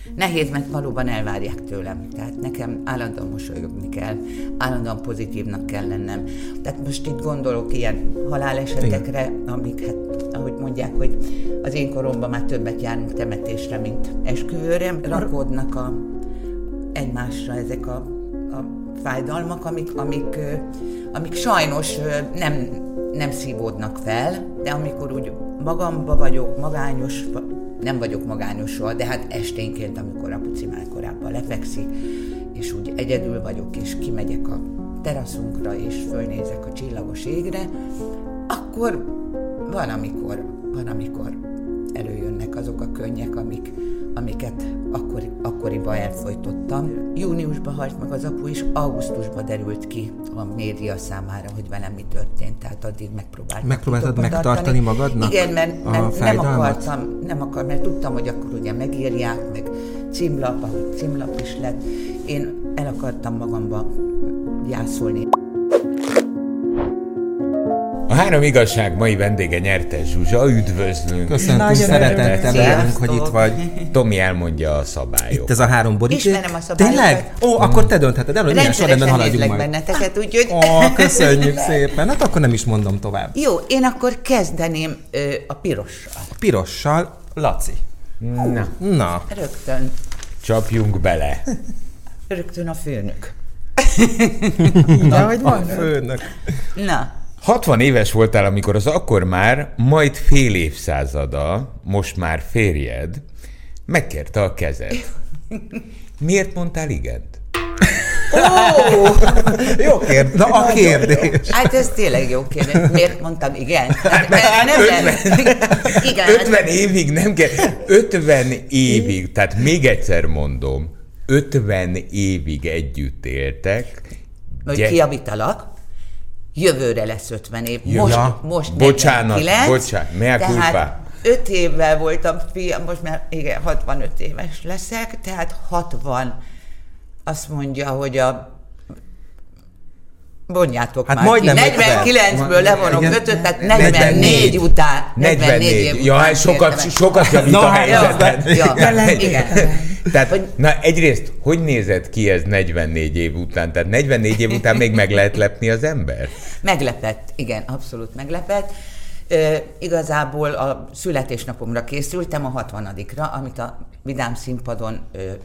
Nehéz, mert valóban elvárják tőlem. Tehát nekem állandóan mosolyogni kell, állandóan pozitívnak kell lennem. Tehát most itt gondolok ilyen halálesetekre, amik, hát, ahogy mondják, hogy az én koromban már többet járunk temetésre, mint esküvőre. Rakódnak egymásra ezek a fájdalmak, amik sajnos nem szívódnak fel, de amikor úgy magamba vagyok, magányos, nem vagyok magányos soha, de hát esténként, amikor apuci már korábban lefekszik, és úgy egyedül vagyok, és kimegyek a teraszunkra, és fölnézek a csillagos égre, akkor van, amikor előjönnek azok a könnyek, amiket akkoriban elfojtottam. Júniusban halt meg az apu, és augusztusban derült ki a média számára, hogy velem mi történt, tehát addig Megpróbáltad megtartani magadnak? Igen, mert nem akartam, mert tudtam, hogy akkor ugye megírják, meg címlap is lett. Én el akartam magamba gyászolni. A Három igazság mai vendége Nyertes Zsuzsa, üdvözlünk. Köszönöm, szeretettel velünk, hogy itt vagy. Tomi elmondja a szabályokat. Itt ez a 3 boríték. Ismerem a szabályokat. Tényleg? Akkor te döntheted el, hogy milyen sorrendben haladjunk majd. Benneteket, úgyhogy... Köszönjük szépen. Hát akkor nem is mondom tovább. Jó, én akkor kezdeném a pirossal. A pirossal, Laci. Na. Rögtön. Csapjunk bele. Rögtön a főnök. De hogy van főnök. Na. 60 éves voltál, amikor az akkor már majd fél évszázada, most már férjed, megkérte a kezed. Miért mondtál igent? Jó kérdés. Na a kérdés. Hát ez tényleg jó kérdés. Miért mondtam igen? Igen. 50 évig nem kell. 50 évig, tehát még egyszer mondom, 50 évig együtt éltek. Hogy kijavítalak. Jövőre lesz 50 év. Most bocsánat, mea culpa. Tehát 5 évvel voltam fiam, most már igen, 65 éves leszek, tehát 60, azt mondja, hogy mondjátok hát már ki, 49-ből levonok 5-öt, tehát 44 után. 44 év ja, sokat javít a helyzeten. Igen. Tehát, na egyrészt, hogy nézett ki ez 44 év után? Tehát 44 év után még meg lehet lepni az ember? Meglepett, igen, abszolút meglepett. Igazából a születésnapomra készültem, a 60-ra, amit a Vidám Színpadon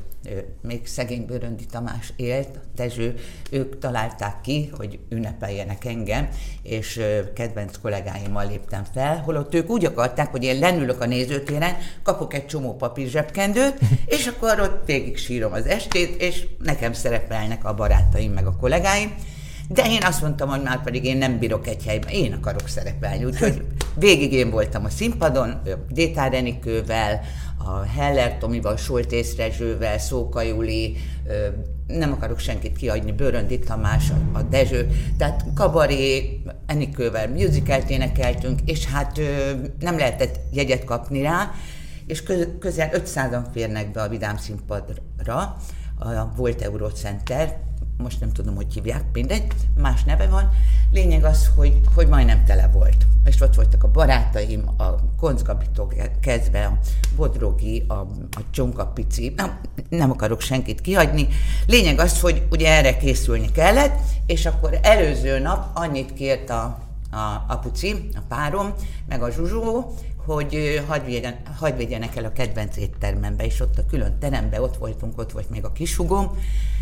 még szegény Bőröndi Tamás élt, Dezső, ők találták ki, hogy ünnepeljenek engem, és kedvenc kollégáimmal léptem fel, holott ők úgy akarták, hogy én lenülök a nézőtéren, kapok egy csomó papírzsebkendőt, és akkor ott végig sírom az estét, és nekem szerepelnek a barátaim meg a kollégáim. De én azt mondtam, hogy már pedig én nem bírok egy helyben, én akarok szerepelni. Úgyhogy végig én voltam a színpadon, Détár Enikővel, a Heller Tomival, Soltész Rezsővel, Szóka Juli, nem akarok senkit kiadni, Bőröndi Tamás, a Dezső, tehát kabaré, Enikővel musicalt énekeltünk, és hát nem lehetett jegyet kapni rá, és közel 500-an férnek be a Vidám Színpadra, a Volt Eurocenter, most nem tudom, hogy hívják, mindegy, más neve van. Lényeg az, hogy majdnem tele volt. És ott voltak a barátaim, a Koncz Gabitól kezdve, a Bodrogi, a Csonka Pici, nem akarok senkit kihagyni. Lényeg az, hogy ugye erre készülni kellett, és akkor előző nap annyit kért a apuci, a párom, meg a Zsuzsó, hogy hadd vigyenek el a kedvenc éttermembe, és ott a külön terembe, ott volt még a Kishugom,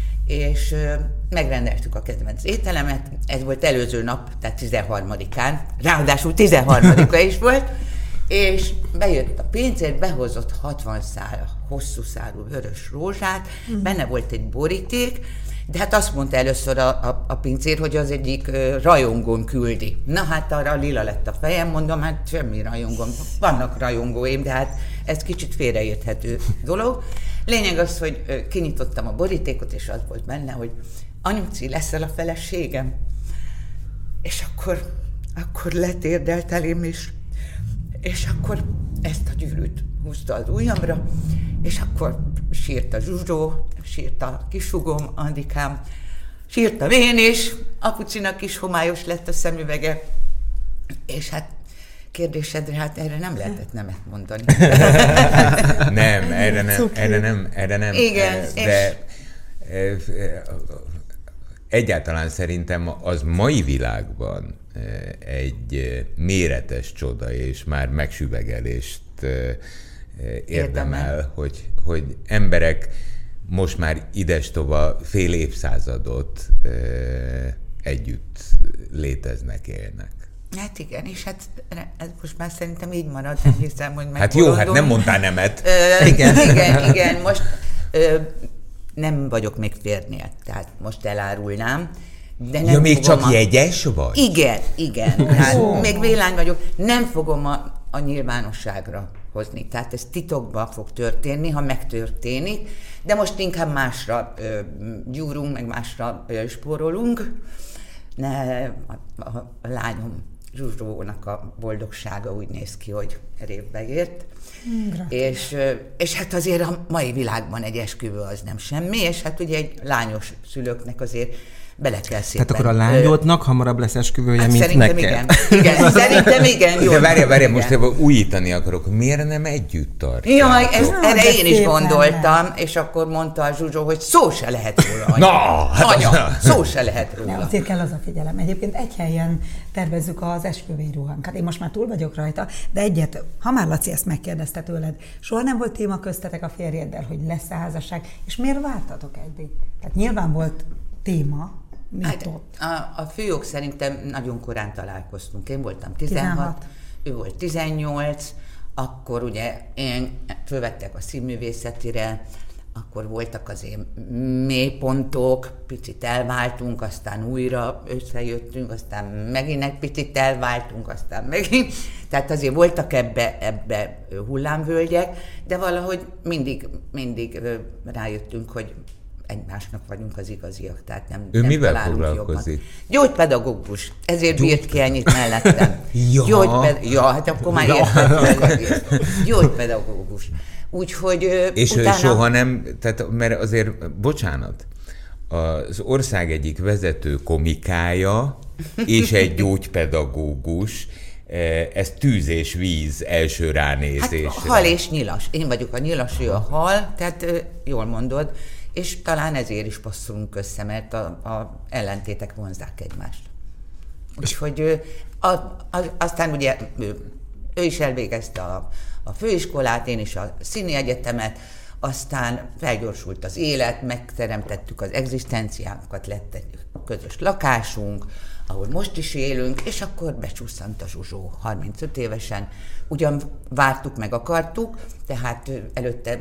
és megrendeltük a kedvenc ételemet, ez volt előző nap, tehát 13-án, ráadásul 13-a is volt, és bejött a pincér, behozott 60 szál hosszú szárú vörös rózsát, benne volt egy boríték, de hát azt mondta először a pincér, hogy az egyik rajongón küldi. Na hát arra lila lett a fejem, mondom, hát semmi rajongóm, vannak rajongóim, de hát ez kicsit félreérthető dolog. Lényeg az, hogy kinyitottam a borítékot, és az volt benne, hogy anyuci, leszel a feleségem? És akkor letérdelt elém is, és akkor ezt a gyűrűt húzta az ujjamra, és akkor sírt a Zsuzsó, sírt a Kishugom, Andikám, sírtam én is, apucinak is homályos lett a szemüvege, és hát kérdésedre, hát erre nem lehetett nemet mondani. Nem, erre nem. Igen, de egyáltalán szerintem az mai világban egy méretes csoda, és már megsüvegelést érdemel, hogy emberek most már idestova fél évszázadot együtt léteznek, élnek. Hát igen, és hát ez most már szerintem így marad, nem hiszem, hogy Hát jó, hát nem mondtál nemet. Igen, most nem vagyok még férnél, tehát most elárulnám. De nem még csak jegyes vagy? Igen. Hát még vélány vagyok. Nem fogom a nyilvánosságra hozni. Tehát ez titokban fog történni, ha megtörténik. De most inkább másra gyúrunk, meg másra spórolunk. A lányom Zsuzsónak a boldogsága úgy néz ki, hogy révbe ért. És hát azért a mai világban egy esküvő az nem semmi, és hát ugye egy lányos szülőknek azért bele kell szépen. Tehát akkor a lányodnak hamarabb lesz esküvője, hát mint szerintem neked. Igen, szerintem igen. Jó, de várjál, most újítani akarok. Miért nem együtt tartják? Jaj, erre én is gondoltam, és akkor mondta a Zsuzsó, hogy szó se lehet róla, anya. Szó se lehet róla. Nem, azért kell az a figyelem. Egyébként egy helyen tervezzük az esküvői ruhánkat. Én most már túl vagyok rajta, de egyet, ha már Laci ezt megkérdezte tőled, soha nem volt téma köztetek a férjeddel, hogy lesz házasság, és miért vártatok eddig? Tehát nyilván volt téma. Hát a fiúk szerintem nagyon korán találkoztunk. Én voltam 16, ő volt 18, akkor ugye én fölvettek a színművészetire, akkor voltak azért mélypontok, picit elváltunk, aztán újra összejöttünk, aztán megint egy picit elváltunk, aztán megint. Tehát azért voltak ebbe hullámvölgyek, de valahogy mindig rájöttünk, hogy egymásnak vagyunk az igaziak, tehát nem mivel találunk foglalkozik? Jobban. Gyógypedagógus, ezért bírt ki ennyit mellettem. Hát akkor már értettem. Gyógypedagógus. Úgyhogy és utána... soha nem, tehát, mert azért, bocsánat, az ország egyik vezető komikája és egy gyógypedagógus, ez tűz és víz első ránézésre. Hát hal és nyilas. Én vagyok a nyilas, ő a hal, tehát jól mondod, és talán ezért is passzolunk össze, mert a ellentétek vonzzák egymást. Úgyhogy aztán ugye ő is elvégezte a főiskolát, én is a színi egyetemet, aztán felgyorsult az élet, megteremtettük az egzisztenciánkat, lett egy közös lakásunk, ahol most is élünk, és akkor becsúszant a Zsuzsó 35 évesen. Ugyan vártuk, meg akartuk, tehát előtte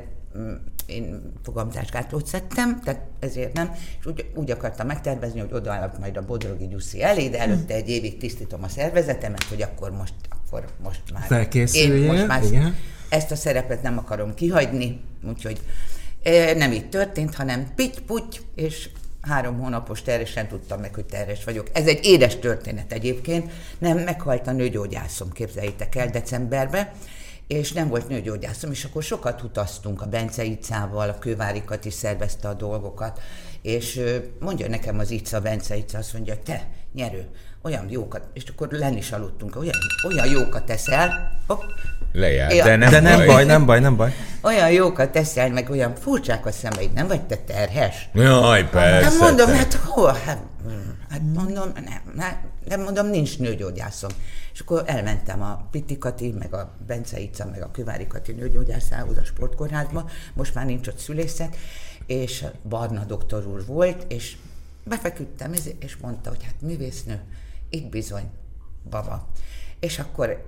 én fogamzásgátlót szedtem, tehát ezért nem, és úgy akartam megtervezni, hogy odaállok majd a Bodrogi Gyuszi elé, de előtte egy évig tisztítom a szervezetemet, hogy akkor most már felkészüljél, igen. Ezt a szerepet nem akarom kihagyni, úgyhogy nem így történt, hanem pitty-putty, és 3 hónapos terhesen tudtam meg, hogy terhes vagyok. Ez egy édes történet egyébként. Nem, meghalt a nőgyógyászom, képzeljétek el, decemberben, és nem volt nőgyógyászom, és akkor sokat utaztunk a Bence Icával, a Kővári Kati szervezte a dolgokat, és mondja nekem az Ica, Bence Ica, azt mondja, te, nyerő, olyan jókat, és akkor lenni is aludtunk, olyan jókat teszel, hopp, lejárt, ja, de nem baj. Olyan jókat teszel, meg olyan furcsák a szemeid, nem vagy te terhes? Jaj, persze. Hát mondom, hát hol? Hát mondom, nem mondom, nincs nőgyógyászom. És akkor elmentem a Pitti Kati, meg a Bence Ica, meg a Kővári Kati nőgyógyászához a sportkórházba, most már nincs ott szülészek, és Barna doktor úr volt, és befeküdtem, és mondta, hogy hát művésznő, itt bizony, baba. És akkor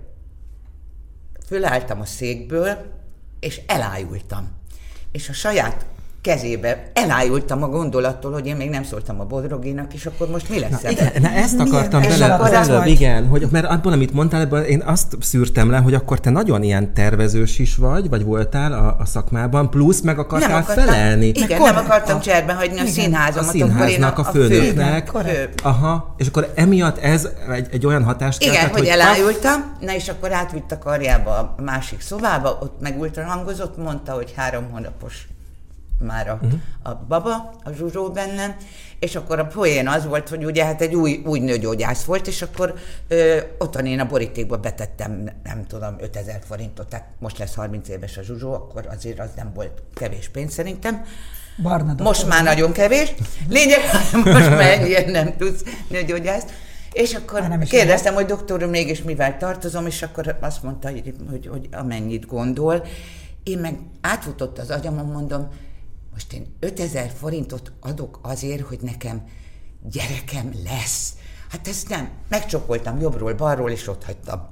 fölálltam a székből, és elájultam. És a saját kezébe elájultam a gondolattól, hogy én még nem szóltam a Bodroginak, és akkor most mi lesz ebben? Ezt akartam veled az előbb, igen, hogy, mert abban, amit mondtál, ebben én azt szűrtem le, hogy akkor te nagyon ilyen tervezős is vagy voltál a szakmában, plusz meg akartál felelni. Igen, nem akartam cserben hagyni a színházomat. A színháznak, a főnöknek. Aha, és akkor emiatt ez egy olyan hatást keltett, igen, hogy elájultam, na és akkor átvitt a karjába a másik szobába, ott meg ultrahangozott, mondta, hogy 3 hónapos már a baba, a Zsuzsó bennem, és akkor a poén az volt, hogy ugye hát egy új nőgyógyász volt, és akkor otthon én a borítékba betettem, nem tudom, 5000 forintot, tehát most lesz 30 éves a Zsuzsó, akkor azért az nem volt kevés pénz szerintem. Most már nagyon kevés. Lényeg, most már ennyire nem tudsz nőgyógyász. És akkor kérdeztem, hogy doktor úr, mégis mivel tartozom, és akkor azt mondta, hogy amennyit gondol. Én meg átfutott az agyamon, mondom, most én 5000 forintot adok azért, hogy nekem gyerekem lesz. Hát ezt nem. Megcsokoltam jobbról, balról, és ott hagytam.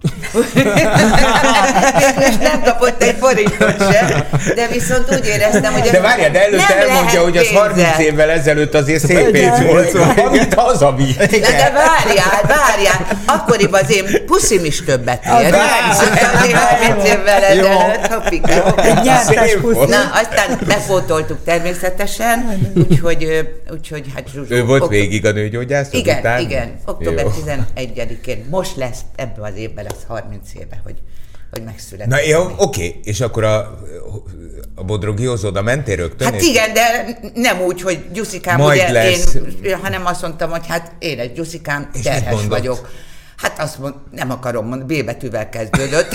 És nem kapott egy forintot sem, de viszont úgy éreztem, hogy... De várjál, de előtt elmondja, hogy az 30 évvel ezelőtt azért szép pénz volt, amit hazavitt. De várjál, akkoriban az én puszim is többet ér. Azért 30 évvel ezelőtt, hoppika. Na, aztán lefótoltuk természetesen, úgyhogy hát Zsuzsó... Ő volt végig a nőgyógyász? Igen. Október 11-én, most lesz, ebben az évben lesz 30 éve, hogy megszületett. Na jó, oké. És akkor a Bodrogihoz oda mentél rögtön? Hát igen, de nem úgy, hogy Gyuszikám, ugye lesz. Hanem azt mondtam, hogy hát én egy Gyuszikám, terhes vagyok. Hát azt mondom, nem akarom mondani, B betűvel kezdődött.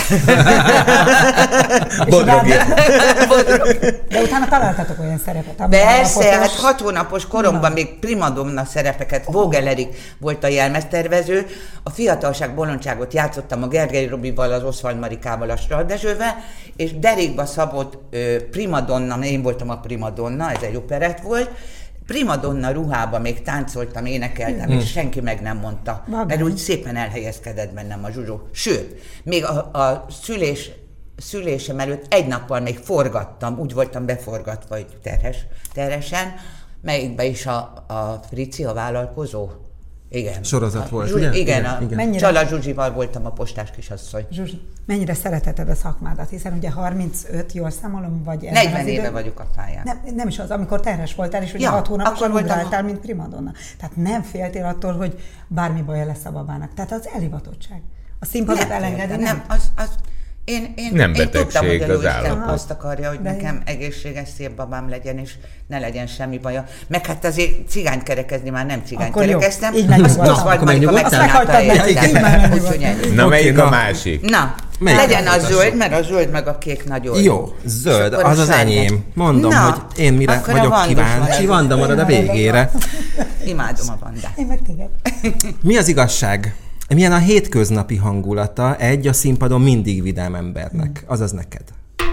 Bodrogi. De utána találtatok olyan szerepet? Persze, hát 6 hónapos koromban még primadonna szerepeket, Vogel Erik volt a jelmeztervező, a Fiatalság bolondságot játszottam a Gergely Robival, az Oswald Marikával, a Straldezsővel, és derékba szabott primadonna, én voltam a primadonna, ez egy operett volt, primadonna ruhában még táncoltam, énekeltem, és senki meg nem mondta. Mert úgy szépen elhelyezkedett bennem a Zsuzsó. Sőt, még a szülésem előtt egy nappal még forgattam, úgy voltam beforgatva, hogy terhesen, melyikben is a Frici, a vállalkozó. Igen. Sorozat volt, ugye? Igen, Csala Zsuzsival voltam a postás kisasszony. Zsuzsi, mennyire szereteted a szakmádat? Hiszen ugye 35, jól számolom, vagy... 40 éve vagyok a pályán. Nem is az, amikor terhes voltál, és ugye 6 hónaposan ugráltál, mint primadonna. Tehát nem féltél attól, hogy bármi baja lesz a babának. Tehát az elhivatottság. A színpadot elengedni nem? Én nem tudtam, hogy a Jóisten azt akarja, hogy nekem egészséges, szép babám legyen, és ne legyen semmi baja. Meg hát azért cigányt kerekezni már nem cigányt kerekeztem. Akkor megnyugodtál? Na, melyik a másik? Na, legyen a zöld, mert a zöld meg a kék nagyon jó. Zöld, az az enyém. Mondom, hogy én mire vagyok kíváncsi. Vanda marad a végére. Imádom a Vandát. Én meg téged. Mi az igazság? Milyen a hétköznapi hangulata a színpadon mindig vidám embernek? Azaz neked.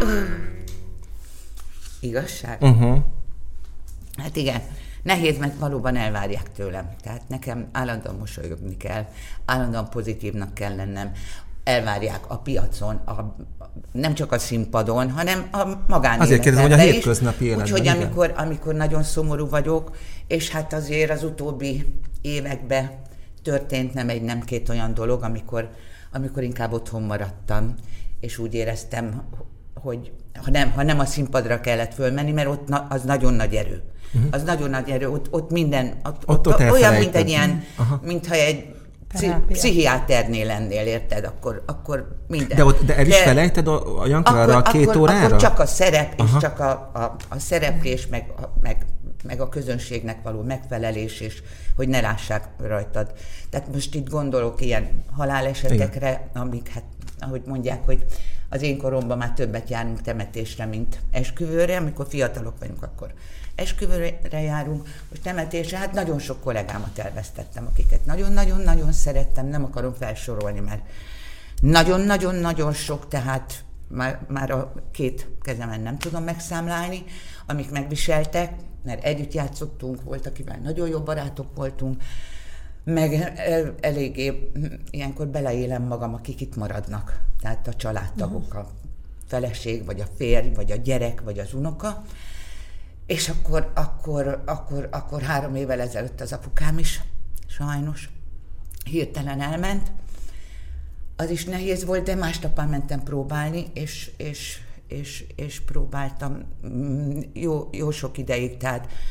Igazság? Hát igen. Nehéz, mert valóban elvárják tőlem. Tehát nekem állandóan mosolyogni kell, állandóan pozitívnak kell lennem. Elvárják a piacon, nem csak a színpadon, hanem a magánéletben. Azért kérdezem, hogy a hétköznapi életben. Úgyhogy amikor nagyon szomorú vagyok, és hát azért az utóbbi években történt nem két olyan dolog, amikor inkább otthon maradtam, és úgy éreztem, hogy ha nem a színpadra kellett fölmenni, mert ott az nagyon nagy erő. Az nagyon nagy erő, ott minden, ott olyan, mint egy ilyen, mintha egy pszichiáternél lennél, érted? Akkor minden. De el is felejted a Jankarra a 2 órára? Akkor csak a szerep, és csak a szereplés, meg a közönségnek való megfelelés, és hogy ne lássák rajtad. Tehát most itt gondolok ilyen halálesetekre, amik, hát, ahogy mondják, hogy az én koromban már többet járunk temetésre, mint esküvőre. Amikor fiatalok vagyunk, akkor esküvőre járunk, most temetésre. Hát nagyon sok kollégámat elvesztettem, akiket nagyon-nagyon-nagyon szerettem, nem akarom felsorolni, mert nagyon-nagyon-nagyon sok, tehát már a 2 kezemen nem tudom megszámlálni, amik megviseltek, mert együtt játszottunk, volt, akivel nagyon jó barátok voltunk, meg eléggé ilyenkor beleélem magam, akik itt maradnak. Tehát a családtagok, a feleség, vagy a férj, vagy a gyerek, vagy az unoka. És akkor 3 évvel ezelőtt az apukám is sajnos hirtelen elment. Az is nehéz volt, de másnapán mentem próbálni, és próbáltam jó sok ideig, tehát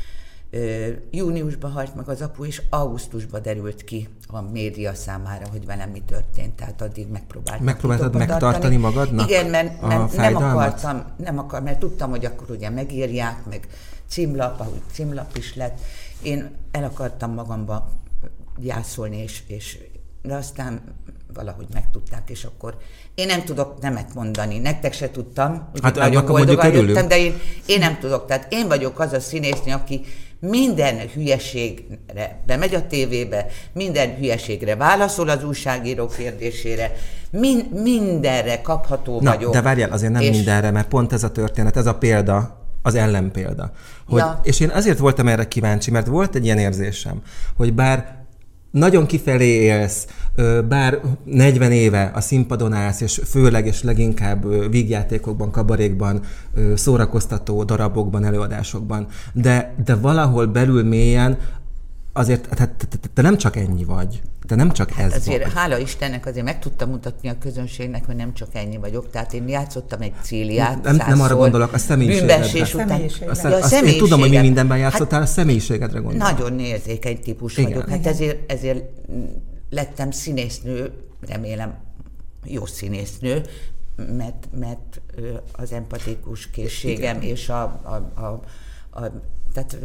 Júniusban halt meg az apu, és augusztusban derült ki a média számára, hogy velem mi történt. Tehát addig megpróbáltad megtartani magadnak? Igen, mert nem akartam, mert tudtam, hogy akkor ugye megírják, meg címlap, ahogy címlap is lett. Én el akartam magamba gyászolni, de aztán valahogy megtudták, és akkor én nem tudok nemet mondani. Nektek se tudtam, hát nagyon boldogan jöttem, de én nem tudok. Tehát én vagyok az a színésznő, aki minden hülyeségre bemegy a tévébe, minden hülyeségre válaszol az újságíró kérdésére, mindenre kapható vagyok. De várjál, azért nem mindenre, mert pont ez a történet, ez a példa, az ellenpélda. És én azért voltam erre kíváncsi, mert volt egy ilyen érzésem, hogy bár nagyon kifelé élsz, bár 40 éve a színpadon állsz, és főleg és leginkább vígjátékokban, kabarékban, szórakoztató darabokban, előadásokban, de valahol belül mélyen azért te nem csak ennyi vagy. Te nem csak ez azért, vagy. Hála Istennek, azért meg tudtam mutatni a közönségnek, hogy nem csak ennyi vagyok. Tehát én játszottam egy Céliát. Nem arra gondolok, a személyiségedre. Én tudom, hogy mi mindenben játszottál, a személyiségedre gondolok. Nagyon érzékeny típus vagyok. Hát ezért lettem színésznő, remélem jó színésznő, mert az empatikus készségem és tehát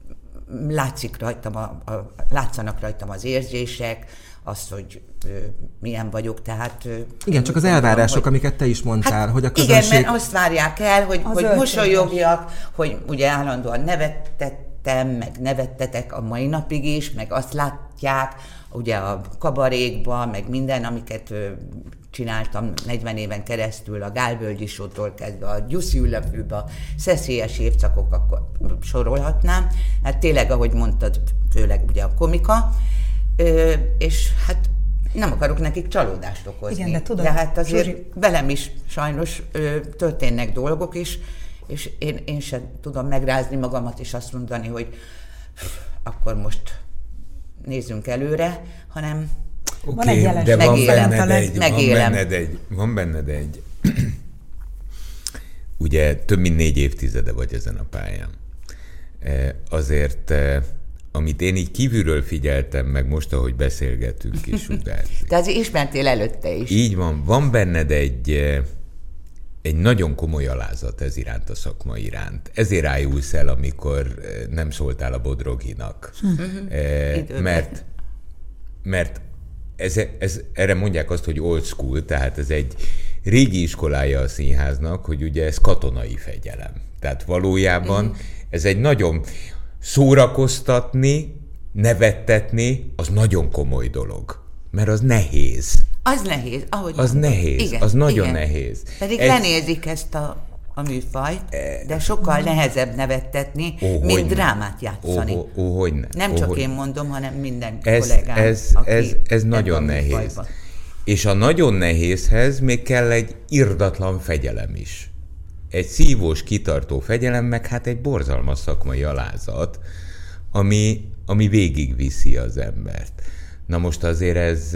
látszanak rajtam az érzések, az, hogy milyen vagyok, tehát... Igen, csak az elvárások, amiket te is mondtál, hogy a közönség... Igen, mert azt várják el, hogy mosolyogjak, hogy ugye állandóan nevettettem, meg nevettetek a mai napig is, meg azt látják, ugye a kabarékban, meg minden, amiket csináltam 40 éven keresztül, a Gálvölgyi Sótól kezdve, a Gyuszi Üllőfűbe, a Szeszélyes évszakok, akkor sorolhatnám. Hát tényleg, ahogy mondtad, főleg ugye a komika, és hát nem akarok nekik csalódást okozni. Igen, de tudod, hát azért velem is sajnos történnek dolgok is, és én sem tudom megrázni magamat, és azt mondani, hogy akkor most nézzünk előre, hanem de van benned egy ugye több mint 4 évtizede vagy ezen a pályán. Azért, amit én így kívülről figyeltem, meg most, ahogy beszélgetünk is, sugárzik. Te azért ismertél előtte is. Így van benned egy nagyon komoly alázat ez iránt, a szakma iránt. Ezért ájulsz el, amikor nem szóltál a Bodroginak. Mert erre mondják azt, hogy old school, tehát ez egy régi iskolája a színháznak, hogy ugye ez katonai fegyelem. Tehát valójában ez egy nagyon szórakoztatni, nevettetni, az nagyon komoly dolog. Mert az nehéz. Az nehéz, ahogy az mondod. Nehéz, igen, az nagyon nehéz. Pedig lenézik ezt a műfajt, de sokkal nehezebb nevettetni, mint drámát játszani. Hogyne. Nem csak én mondom, hanem minden kollégám, ez nagyon nehéz. És a nagyon nehézhez még kell egy irdatlan fegyelem is. Egy szívós, kitartó fegyelem, meg hát egy borzalmas szakmai alázat, ami végigviszi az embert. Na most azért ez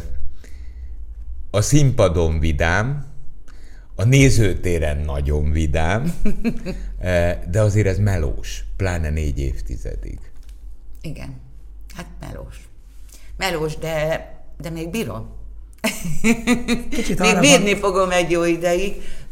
a színpadon vidám, a nézőtéren nagyon vidám, de azért ez melós, pláne 4 évtizedig. Igen, hát melós. Melós, de még bírom. Még bírni fogom egy jó ideig.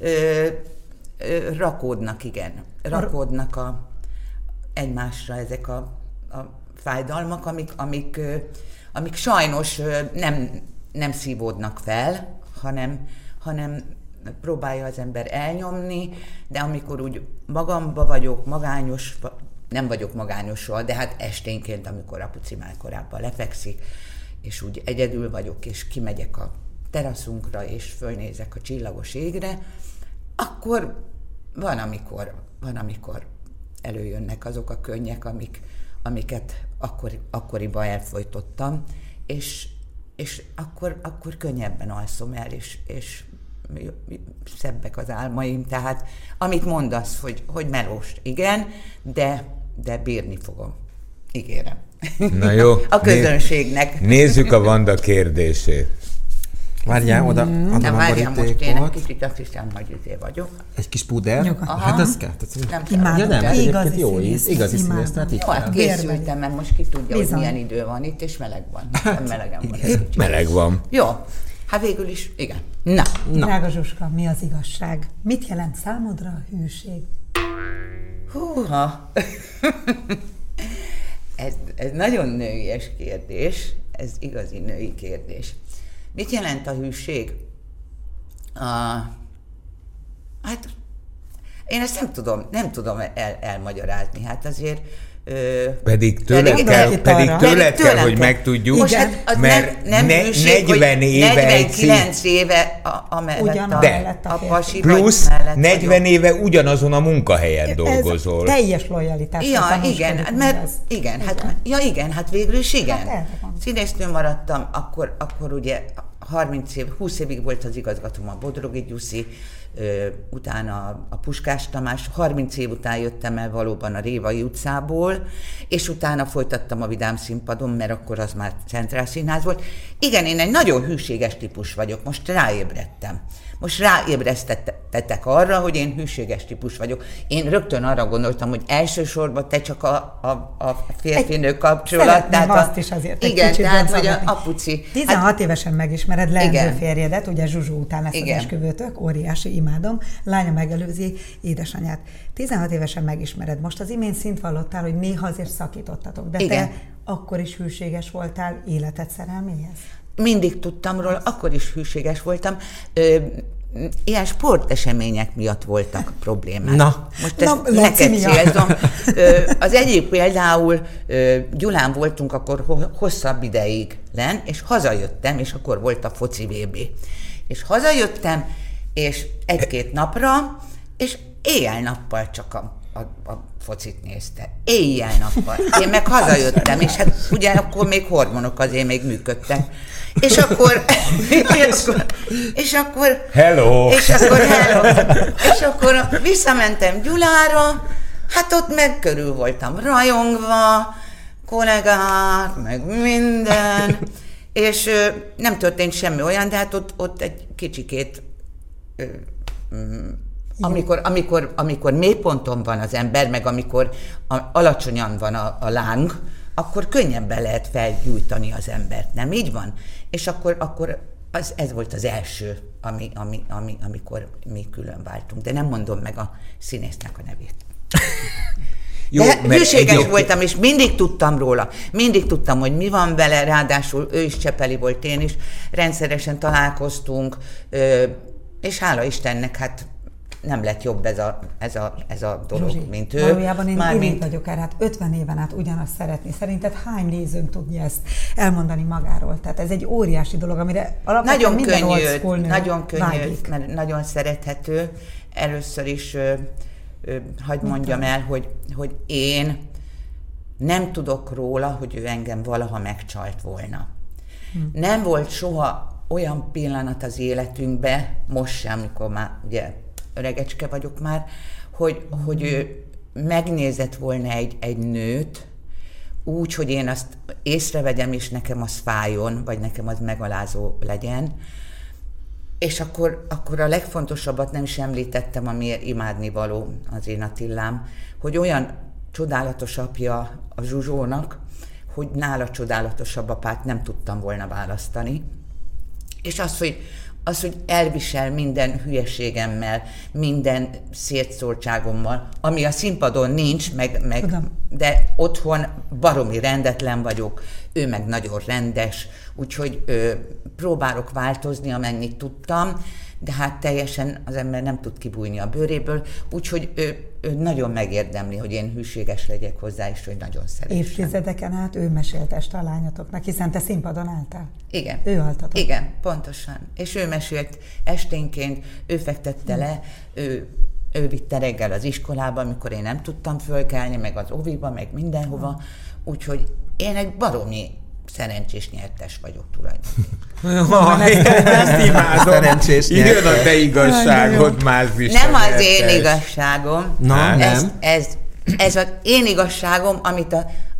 Rakódnak, igen. Rakódnak egymásra ezek a fájdalmak, amik sajnos nem szívódnak fel, hanem próbálja az ember elnyomni, de amikor úgy magamba vagyok, magányos, nem vagyok magányos soha, de hát esténként, amikor apuci már korábban lefekszik, és úgy egyedül vagyok, és kimegyek a teraszunkra, és fölnézek a csillagos égre, akkor van, amikor előjönnek azok a könnyek, amiket akkoriban elfojtottam, és akkor könnyebben alszom el, és szebbek az álmaim. Tehát amit mondasz, hogy melós, igen, de bírni fogom. Ígérem. Na jó. A közönségnek. Nézzük a Vanda kérdését. Várjál, oda adom a Várjál, most én egy borítékot. kicsit azt hiszem, hogy vagyok. Egy kis puder? Nyugodtan. Hát az kell. Nem Imádom. Ja nem, kell. egyébként Igazi jó színész, íz. Igazi imádom. színész, hát így Jó, hát kell. készültem, mert most ki tudja, Bizony. hogy milyen idő van itt, és meleg van. Nem melegen van. egy kicsit. Meleg van. Jó, hát végül is, igen. Na, Drága Zsuska, mi az igazság? Mit jelent számodra a hűség? húha. Ez nagyon nőies kérdés, ez igazi női kérdés. Mit jelent a hűség? Hát én ezt nem tudom elmagyarázni. Hát azért... Pedig tőled kell, hogy megtudjuk, most hát az mert nem hűség, 40 éve 49 éve amellett a pasi plusz mellett 40 vagyok. éve ugyanazon a munkahelyen dolgozol. Ez teljes lojalitás. Ja, igen, hát végül is igen. Hát erre van. Színésznő maradtam, akkor ugye 20 évig volt az igazgatóm a Bodrogi Gyuszi, utána a Puskás Tamás, 30 év után jöttem el valóban a Révai utcából, és utána folytattam a Vidám Színpadon, mert akkor az már Centrál Színház volt. Igen, én egy nagyon hűséges típus vagyok, most ráébredtem. Most ráébresztettek arra, hogy én hűséges típus vagyok. Én rögtön arra gondoltam, hogy elsősorban te csak a férfinő kapcsolat. Szeretném azt is azért egy igen, kicsit tehát, hogy boncolgatni. apuci. 16 évesen megismered leendő Igen. férjedet, ugye Zsuzsó után lesz az Igen. esküvőtök, óriási, imádom, lánya megelőzi édesanyját. 16 évesen megismered. Most az imént szint vallottál, hogy néha azért szakítottatok, de Igen. te akkor is hűséges voltál életed szerelméhez? Mindig tudtam róla, akkor is hűséges voltam. Ilyen sportesemények miatt voltak problémák. Na. Most ezt Na, Laci neked miatt. célzom. Az egyik például Gyulán voltunk akkor hosszabb ideig lenn, és hazajöttem, és akkor volt a foci VB. És hazajöttem, és 1-2 napra, és éjjel-nappal csak a focit nézte. Éjjel-nappal. Én meg hazajöttem, és hát ugye akkor még hormonok azért még működtek. És akkor Hello! És akkor visszamentem Gyulára, hát ott meg körül voltam rajongva, kollégák, meg minden, és nem történt semmi olyan, de hát ott egy kicsikét, amikor mélyponton van az ember, meg amikor alacsonyan van a láng, akkor könnyebben lehet felgyújtani az embert, nem így van? És akkor ez volt az első, amikor mi külön váltunk. De nem mondom meg a színésznek a nevét. Jó, de hűséges voltam, és mindig tudtam róla. Mindig tudtam, hogy mi van vele, ráadásul ő is csepeli volt, én is. Rendszeresen találkoztunk, és hála Istennek, hát nem lett jobb ez a dolog, Zsuzsi, mint ő. Valójában én irigy vagyok erre, hát 50 éven át ugyanazt szeretni. Szerinted hány nézőnk tudja ezt elmondani magáról? Tehát ez egy óriási dolog, amire alapvetően minden old school nő nagyon könnyű, vágyik. mert nagyon szerethető. Először is hagyd mondjam el, hogy én nem tudok róla, hogy ő engem valaha megcsalt volna. Nem volt soha olyan pillanat az életünkben, most sem, amikor már ugye öregecske vagyok már, hogy ő megnézett volna egy nőt úgy, hogy én azt észrevegyem, és nekem az fájjon, vagy nekem az megalázó legyen. És akkor a legfontosabbat nem is említettem, amiért imádnivaló az én Attillám, hogy olyan csodálatos apja a Zsuzsónak, hogy nála csodálatosabb apát nem tudtam volna választani. És az, hogy elvisel minden hülyeségemmel, minden szétszórtságommal, ami a színpadon nincs, de otthon baromi rendetlen vagyok, ő meg nagyon rendes, úgyhogy próbálok változni, amennyit tudtam, de hát teljesen az ember nem tud kibújni a bőréből, úgyhogy ő nagyon megérdemli, hogy én hűséges legyek hozzá, és hogy nagyon szeretem. Évtizedeken át ő mesélt este a lányotoknak, hiszen te színpadon álltál. Igen. Ő altatott. Igen, pontosan. És ő mesélt esténként, ő fektette le, ő vitte reggel az iskolába, amikor én nem tudtam fölkelni, meg az oviba, meg mindenhova, úgyhogy én egy baromi szerencsés nyertes vagyok tulajdonképpen. Ezt imádom. Szerencsés Jön a te igazságod, Mázis. Nem az én igazságom. Na, nem. Ez az én igazságom,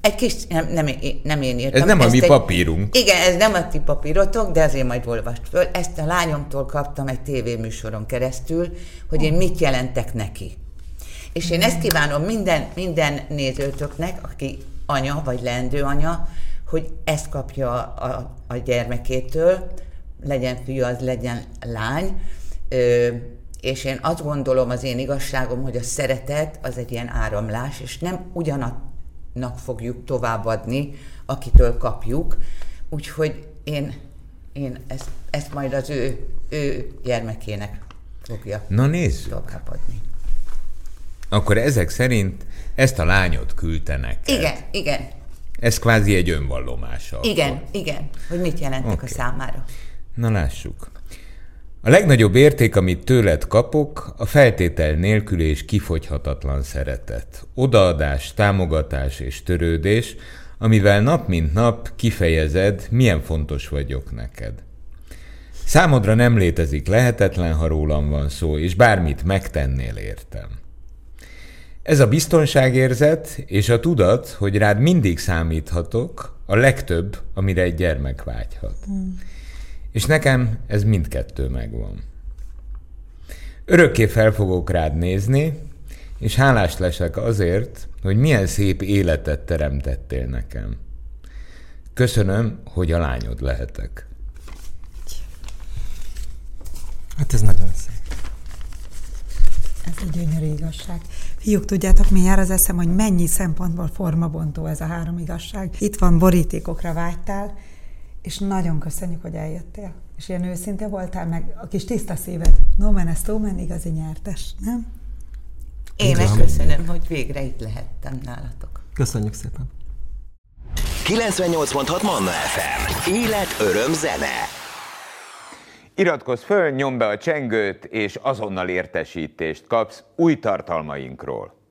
Egy kis, nem én írtam. Ez nem a mi papírunk. Igen, ez nem a ti papírotok, de azért majd olvast föl. Ezt a lányomtól kaptam egy tévéműsoron keresztül, hogy én mit jelentek neki. És én ezt kívánom minden nézőtöknek, aki anya vagy leendő anya, hogy ezt kapja a gyermekétől, legyen fiú, az legyen lány, és én azt gondolom, az én igazságom, hogy a szeretet az egy ilyen áramlás, és nem ugyanannak fogjuk továbbadni, akitől kapjuk, úgyhogy én ezt majd az ő gyermekének fogja továbbadni. Akkor ezek szerint ezt a lányot küldte neked. Igen. Ez kvázi egy önvallomása. Igen, hogy mit jelentek a számára. Na lássuk. A legnagyobb érték, amit tőled kapok, a feltétel nélkül és kifogyhatatlan szeretet. Odaadás, támogatás és törődés, amivel nap mint nap kifejezed, milyen fontos vagyok neked. Számodra nem létezik lehetetlen, ha rólam van szó, és bármit megtennél értem. Ez a biztonságérzet és a tudat, hogy rád mindig számíthatok, a legtöbb, amire egy gyermek vágyhat. És nekem ez mindkettő megvan. Örökké fel fogok rád nézni, és hálás leszek azért, hogy milyen szép életet teremtettél nekem. Köszönöm, hogy a lányod lehetek. Hát ez nagyon szép. Ez egy gyönyörű igazság. Fiúk, tudjátok, mi jár az eszem, hogy mennyi szempontból formabontó ez a 3 igazság. Itt van, borítékokra vágytál, és nagyon köszönjük, hogy eljöttél. És ilyen őszinte voltál, meg a kis tiszta szíved. No man is no man, igazi nyertes, nem? Én megköszönöm, hogy végre itt lehettem nálatok. Köszönjük szépen. 98.6 Manna FM. Élet, öröm, zene. Iratkozz föl, nyomd be a csengőt, és azonnal értesítést kapsz új tartalmainkról.